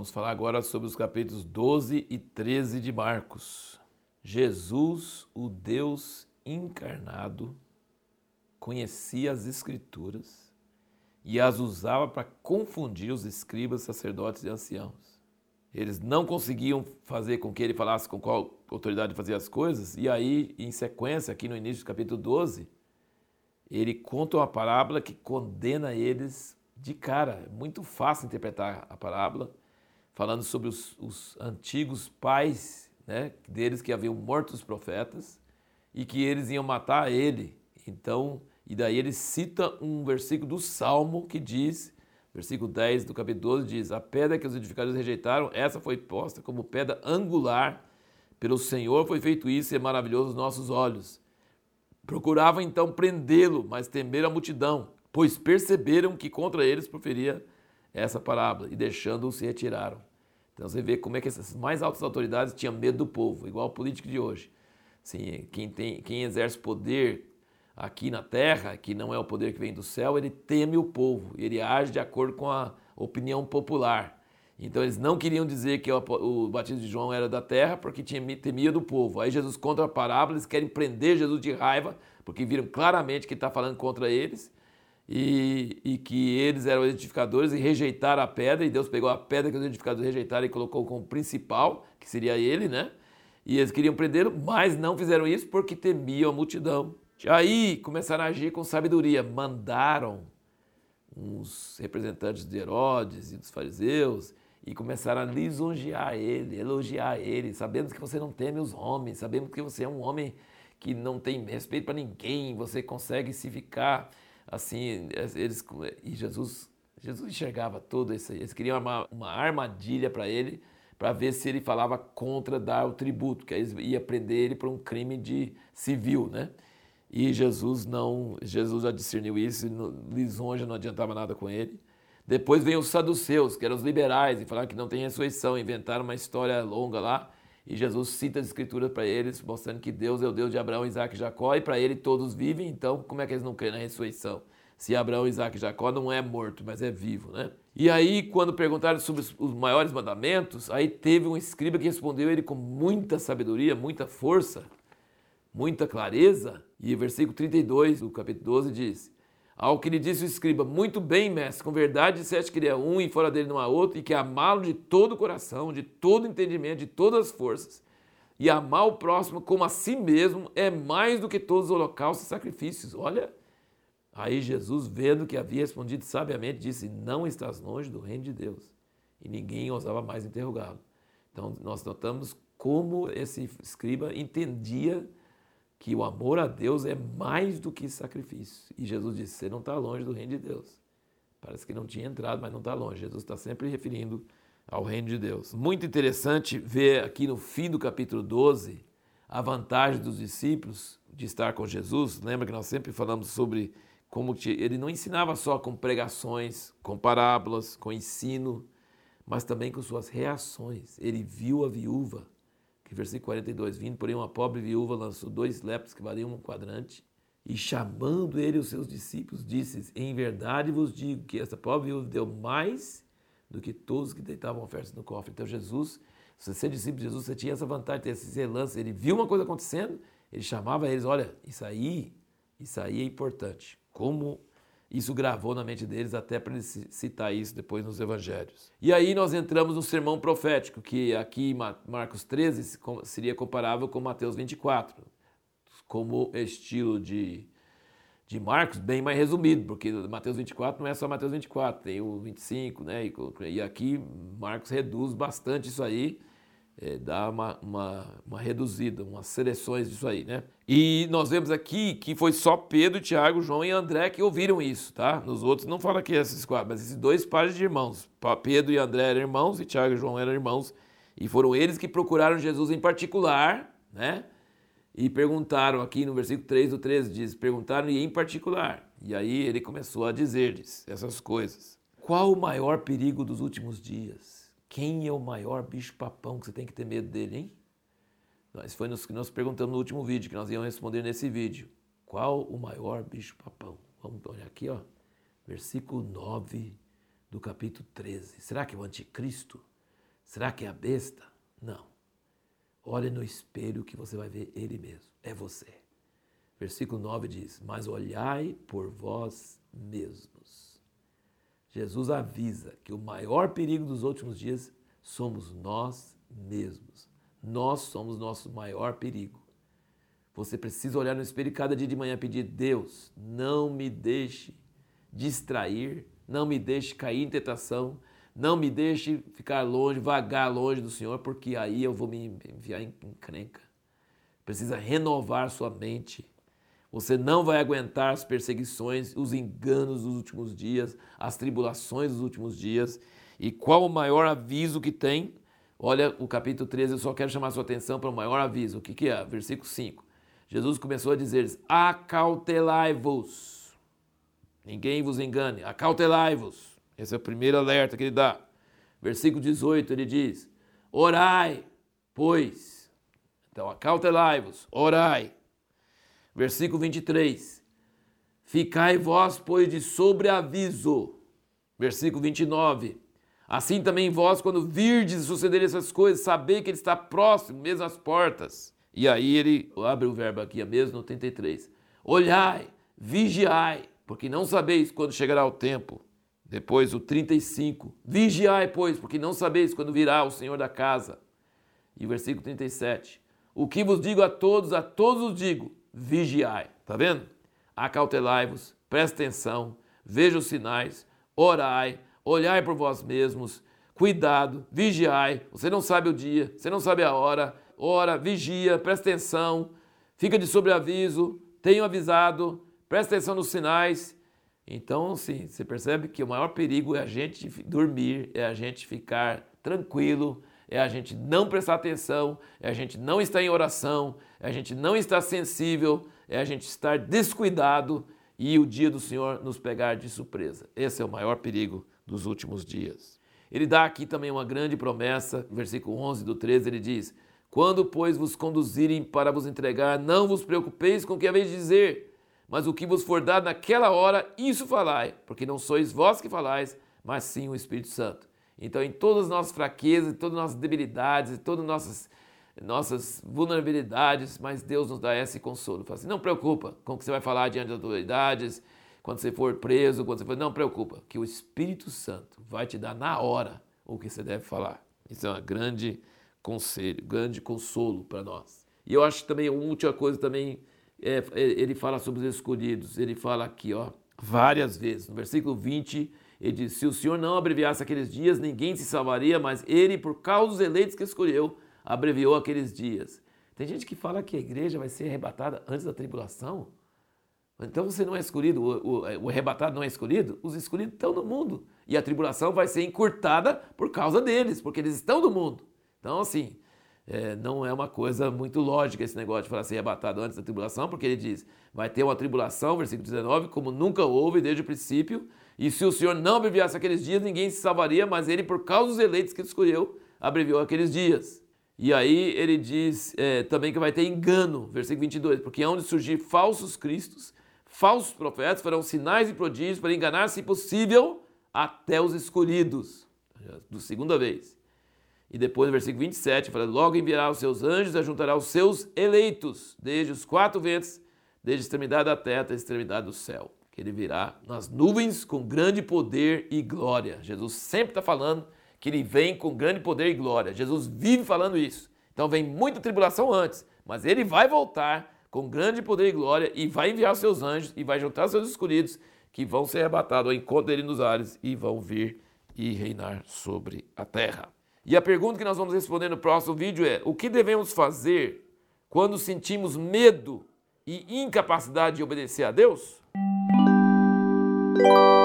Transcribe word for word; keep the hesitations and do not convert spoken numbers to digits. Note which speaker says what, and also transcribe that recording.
Speaker 1: Vamos falar agora sobre os capítulos doze e treze de Marcos. Jesus, o Deus encarnado, conhecia as Escrituras e as usava para confundir os escribas, sacerdotes e anciãos. Eles não conseguiam fazer com que ele falasse com qual autoridade fazia as coisas, e aí, em sequência, aqui no início do capítulo doze, ele conta uma parábola que condena eles de cara. É muito fácil interpretar a parábola, falando sobre os, os antigos pais, né, deles que haviam morto os profetas e que eles iam matar ele. Então, e daí ele cita um versículo do Salmo que diz, versículo dez do capítulo doze diz: a pedra que os edificadores rejeitaram, essa foi posta como pedra angular, pelo Senhor foi feito isso e é maravilhoso aos nossos olhos. Procuravam então prendê-lo, mas temeram a multidão, pois perceberam que contra eles proferia essa parábola e deixando-o se retiraram. Então você vê como é que essas mais altas autoridades tinham medo do povo, igual o político de hoje. Assim, quem, tem, quem exerce poder aqui na terra, que não é o poder que vem do céu, ele teme o povo, ele age de acordo com a opinião popular. Então eles não queriam dizer que o, o batismo de João era da terra porque tinha, temia do povo. Aí Jesus conta a parábola, eles querem prender Jesus de raiva, porque viram claramente que ele está falando contra eles. E, e que eles eram edificadores e rejeitaram a pedra, e Deus pegou a pedra que os edificadores rejeitaram e colocou como principal, que seria ele, né? E eles queriam prendê-lo, mas não fizeram isso porque temiam a multidão. Aí começaram a agir com sabedoria, mandaram uns representantes de Herodes e dos fariseus e começaram a lisonjear ele, elogiar ele, sabendo que você não teme os homens, sabendo que você é um homem que não tem respeito para ninguém, você consegue se ficar... Assim, eles, e Jesus, Jesus enxergava tudo isso aí. Eles queriam uma, uma armadilha para ele, para ver se ele falava contra dar o tributo, que aí eles iam prender ele por um crime de civil, né? E Jesus não, Jesus já discerniu isso, e lisonja não adiantava nada com ele. Depois veio os saduceus, que eram os liberais, e falaram que não tem ressurreição, inventaram uma história longa lá. E Jesus cita as escrituras para eles, mostrando que Deus é o Deus de Abraão, Isaac e Jacó, e para ele todos vivem, então como é que eles não creem na ressurreição? Se Abraão, Isaac e Jacó não é morto, mas é vivo, né? E aí, quando perguntaram sobre os maiores mandamentos, aí teve um escriba que respondeu ele com muita sabedoria, muita força, muita clareza, e o versículo trinta e dois do capítulo doze diz: ao que lhe disse o escriba: muito bem, mestre, com verdade disseste que ele é um e fora dele não há outro, e que amá-lo de todo o coração, de todo o entendimento, de todas as forças, e amar o próximo como a si mesmo é mais do que todos os holocaustos e sacrifícios. Olha, aí Jesus, vendo que havia respondido sabiamente, disse: não estás longe do reino de Deus. E ninguém ousava mais interrogá-lo. Então nós notamos como esse escriba entendia que o amor a Deus é mais do que sacrifício. E Jesus disse: você não está longe do reino de Deus. Parece que não tinha entrado, mas não está longe. Jesus está sempre referindo ao reino de Deus. Muito interessante ver aqui no fim do capítulo doze a vantagem dos discípulos de estar com Jesus. Lembra que nós sempre falamos sobre como ele não ensinava só com pregações, com parábolas, com ensino, mas também com suas reações. Ele viu a viúva, que versículo quarenta e dois, vindo, porém uma pobre viúva lançou dois lepros que valiam um quadrante, e chamando ele os seus discípulos, disse: em verdade vos digo que essa pobre viúva deu mais do que todos que deitavam ofertas no cofre. Então Jesus, se você é discípulo de Jesus, você tinha essa vantagem, ter esse relance. Ele viu uma coisa acontecendo, ele chamava eles: olha, isso aí, isso aí é importante. Como isso gravou na mente deles, até para eles citar isso depois nos evangelhos. E aí nós entramos no sermão profético, que aqui em Marcos treze seria comparável com Mateus vinte e quatro, como estilo de, de Marcos, bem mais resumido, porque Mateus vinte e quatro não é só Mateus vinte e quatro, tem o vinte e cinco, né? E, e aqui Marcos reduz bastante isso aí, é, dá uma, uma, uma reduzida, umas seleções disso aí, né? E nós vemos aqui que foi só Pedro, Tiago, João e André que ouviram isso, tá? Nos outros não fala que esses quatro, mas esses dois pares de irmãos, Pedro e André eram irmãos e Tiago e João eram irmãos, e foram eles que procuraram Jesus em particular, né? E perguntaram aqui no versículo três do treze, diz, perguntaram e em particular. E aí ele começou a dizer-lhes essas coisas. Qual o maior perigo dos últimos dias? Quem é o maior bicho-papão que você tem que ter medo dele, hein? Nós foi nos que nós perguntamos no último vídeo, que nós íamos responder nesse vídeo. Qual o maior bicho-papão? Vamos olhar aqui, ó. Versículo nove do capítulo treze. Será que é o anticristo? Será que é a besta? Não. Olhe no espelho que você vai ver ele mesmo. É você. Versículo nove diz, mas olhai por vós mesmos. Jesus avisa que o maior perigo dos últimos dias somos nós mesmos. Nós somos nosso maior perigo. Você precisa olhar no espelho cada dia de manhã e pedir, Deus, não me deixe distrair, não me deixe cair em tentação, não me deixe ficar longe, vagar longe do Senhor, porque aí eu vou me enviar em encrenca. Precisa renovar sua mente. Você não vai aguentar as perseguições, os enganos dos últimos dias, as tribulações dos últimos dias. E qual o maior aviso que tem? Olha o capítulo treze, eu só quero chamar sua atenção para o maior aviso. O que, que é? Versículo cinco. Jesus começou a dizer, acautelai-vos. Ninguém vos engane, acautelai-vos. Esse é o primeiro alerta que ele dá. Versículo dezoito, ele diz, orai, pois. Então, acautelai-vos, orai. Versículo vinte e três, ficai vós, pois, de sobreaviso. Versículo vinte e nove, assim também vós, quando virdes suceder essas coisas, sabei que ele está próximo, mesmo às portas. E aí ele abre o verbo aqui mesmo no trinta e três, olhai, vigiai, porque não sabeis quando chegará o tempo. Depois o trinta e cinco, vigiai, pois, porque não sabeis quando virá o Senhor da casa. E o versículo trinta e sete, o que vos digo a todos, a todos os digo, vigiai. Tá vendo? Acautelai-vos, presta atenção, veja os sinais, orai, olhai por vós mesmos, cuidado, vigiai. Você não sabe o dia, você não sabe a hora, ora, vigia, presta atenção, fica de sobreaviso, tenho avisado, presta atenção nos sinais. Então, sim, você percebe que o maior perigo é a gente dormir, é a gente ficar tranquilo, é a gente não prestar atenção, é a gente não estar em oração, é a gente não estar sensível, é a gente estar descuidado e o dia do Senhor nos pegar de surpresa. Esse é o maior perigo dos últimos dias. Ele dá aqui também uma grande promessa, no versículo onze do treze, ele diz, quando, pois, vos conduzirem para vos entregar, não vos preocupeis com o que haveis de dizer, mas o que vos for dado naquela hora, isso falai, porque não sois vós que falais, mas sim o Espírito Santo. Então, em todas as nossas fraquezas, em todas as nossas debilidades, em todas as nossas, nossas vulnerabilidades, mas Deus nos dá esse consolo. Fala assim, não preocupa com o que você vai falar diante das autoridades, quando você for preso, quando você for... Não preocupa, que o Espírito Santo vai te dar na hora o que você deve falar. Isso é um grande conselho, grande consolo para nós. E eu acho também, uma última coisa também, é, ele fala sobre os escolhidos. Ele fala aqui, ó, várias vezes. No versículo vinte, ele diz, se o Senhor não abreviasse aqueles dias, ninguém se salvaria, mas ele, por causa dos eleitos que escolheu, abreviou aqueles dias. Tem gente que fala que a igreja vai ser arrebatada antes da tribulação. Então você não é escolhido, o, o, o arrebatado não é escolhido, os escolhidos estão no mundo. E a tribulação vai ser encurtada por causa deles, porque eles estão no mundo. Então, assim, é, não é uma coisa muito lógica esse negócio de falar ser arrebatado antes da tribulação, porque ele diz, vai ter uma tribulação, versículo dezenove, como nunca houve desde o princípio, e se o Senhor não abreviasse aqueles dias, ninguém se salvaria, mas ele, por causa dos eleitos que ele escolheu, abreviou aqueles dias. E aí ele diz é, também que vai ter engano, versículo vinte e dois, porque hão de surgir falsos cristos, falsos profetas, farão sinais e prodígios para enganar, se possível, até os escolhidos, do segunda vez. E depois, no versículo vinte e sete, fala, logo enviará os seus anjos e ajuntará os seus eleitos, desde os quatro ventos, desde a extremidade da terra até a extremidade do céu. Que ele virá nas nuvens com grande poder e glória. Jesus sempre está falando que ele vem com grande poder e glória. Jesus vive falando isso. Então vem muita tribulação antes, mas ele vai voltar com grande poder e glória e vai enviar os seus anjos e vai juntar os seus escolhidos que vão ser arrebatados ao encontro dele nos ares e vão vir e reinar sobre a terra. E a pergunta que nós vamos responder no próximo vídeo é, o que devemos fazer quando sentimos medo e incapacidade de obedecer a Deus?